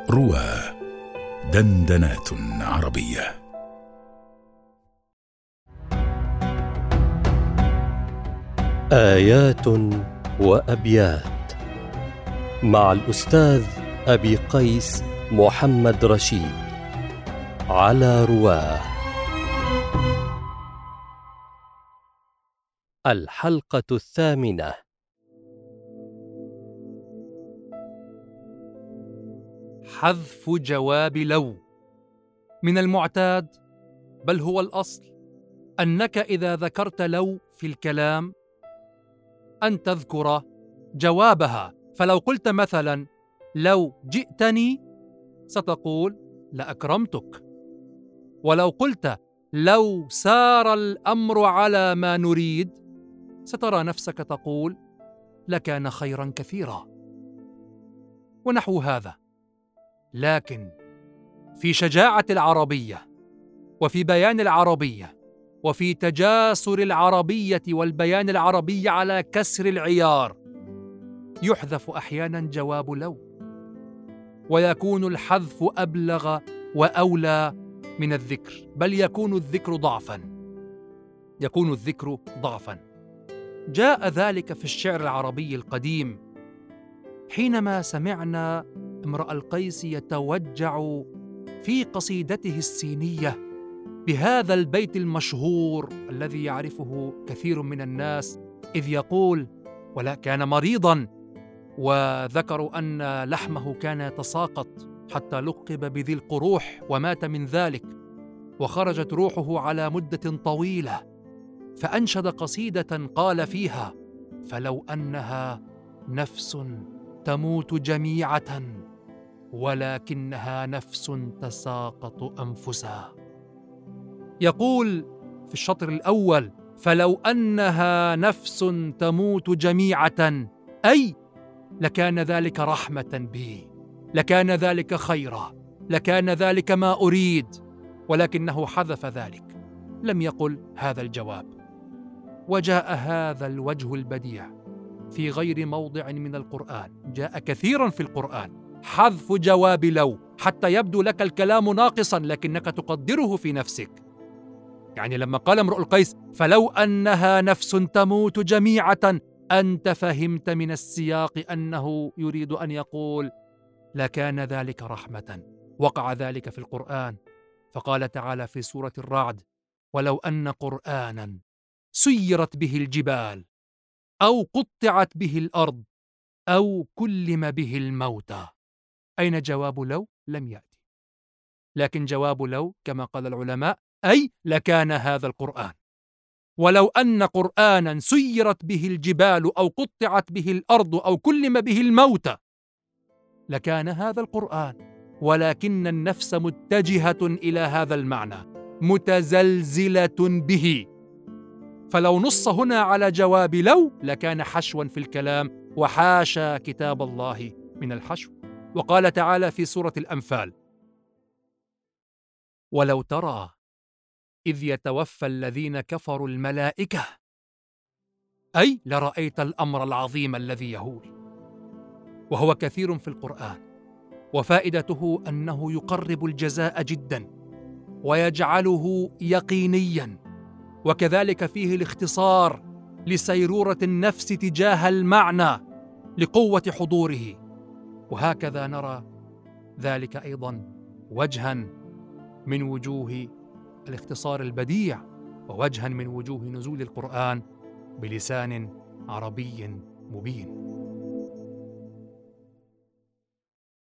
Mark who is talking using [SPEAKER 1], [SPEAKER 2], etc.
[SPEAKER 1] روى دندنات عربية.
[SPEAKER 2] آيات وأبيات مع الأستاذ أبي قيس محمد رشيد على رواه. الحلقة 8.
[SPEAKER 3] حذف جواب لو. من المعتاد، بل هو الأصل، أنك إذا ذكرت لو في الكلام أن تذكر جوابها. فلو قلت مثلا لو جئتني ستقول لأكرمتك، ولو قلت لو سار الأمر على ما نريد سترى نفسك تقول لكان خيرا كثيرا، ونحو هذا. لكن في شجاعة العربية وفي بيان العربية وفي تجاسر العربية والبيان العربي على كسر العيار يحذف أحيانا جواب لو، ويكون الحذف أبلغ وأولى من الذكر، بل يكون الذكر ضعفا. جاء ذلك في الشعر العربي القديم حينما سمعنا امرأ القيس يتوجع في قصيدته السينية بهذا البيت المشهور الذي يعرفه كثير من الناس، إذ يقول: ولا كان مريضا، وذكروا أن لحمه كان يتساقط حتى لقب بذي القروح ومات من ذلك، وخرجت روحه على مدة طويلة، فأنشد قصيدة قال فيها: فلو أنها نفس تموت جميعة ولكنها نفس تساقط أنفسها. يقول في الشطر الأول: فلو أنها نفس تموت جميعة، أي لكان ذلك رحمة بي، لكان ذلك خيرا، لكان ذلك ما أريد، ولكنه حذف ذلك، لم يقل هذا الجواب. وجاء هذا الوجه البديع في غير موضع من القرآن، جاء كثيرا في القرآن حذف جواب لو، حتى يبدو لك الكلام ناقصا لكنك تقدره في نفسك. يعني لما قال امرؤ القيس فلو أنها نفس تموت جميعة، أنت فهمت من السياق أنه يريد أن يقول لكان ذلك رحمة. وقع ذلك في القرآن، فقال تعالى في سورة الرعد: ولو أن قرآنا سيرت به الجبال أو قطعت به الأرض أو كلم به الموتى. أين جواب لو؟ لم يأتي. لكن جواب لو كما قال العلماء أي لكان هذا القرآن. ولو أن قرآنا سيرت به الجبال أو قطعت به الأرض أو كلم به الموتى لكان هذا القرآن، ولكن النفس متجهة إلى هذا المعنى، متزلزلة به. فلو نص هنا على جواب لو لكان حشوا في الكلام، وحاشا كتاب الله من الحشو. وقال تعالى في سورة الأنفال: ولو ترى إذ يتوفى الذين كفروا الملائكة، أي لرأيت الأمر العظيم الذي يهول. وهو كثير في القرآن، وفائدته أنه يقرب الجزاء جدا ويجعله يقينيا، وكذلك فيه الاختصار لسيرورة النفس تجاه المعنى لقوة حضوره. وهكذا نرى ذلك أيضا وجها من وجوه الاختصار البديع، ووجها من وجوه نزول القرآن بلسان عربي مبين.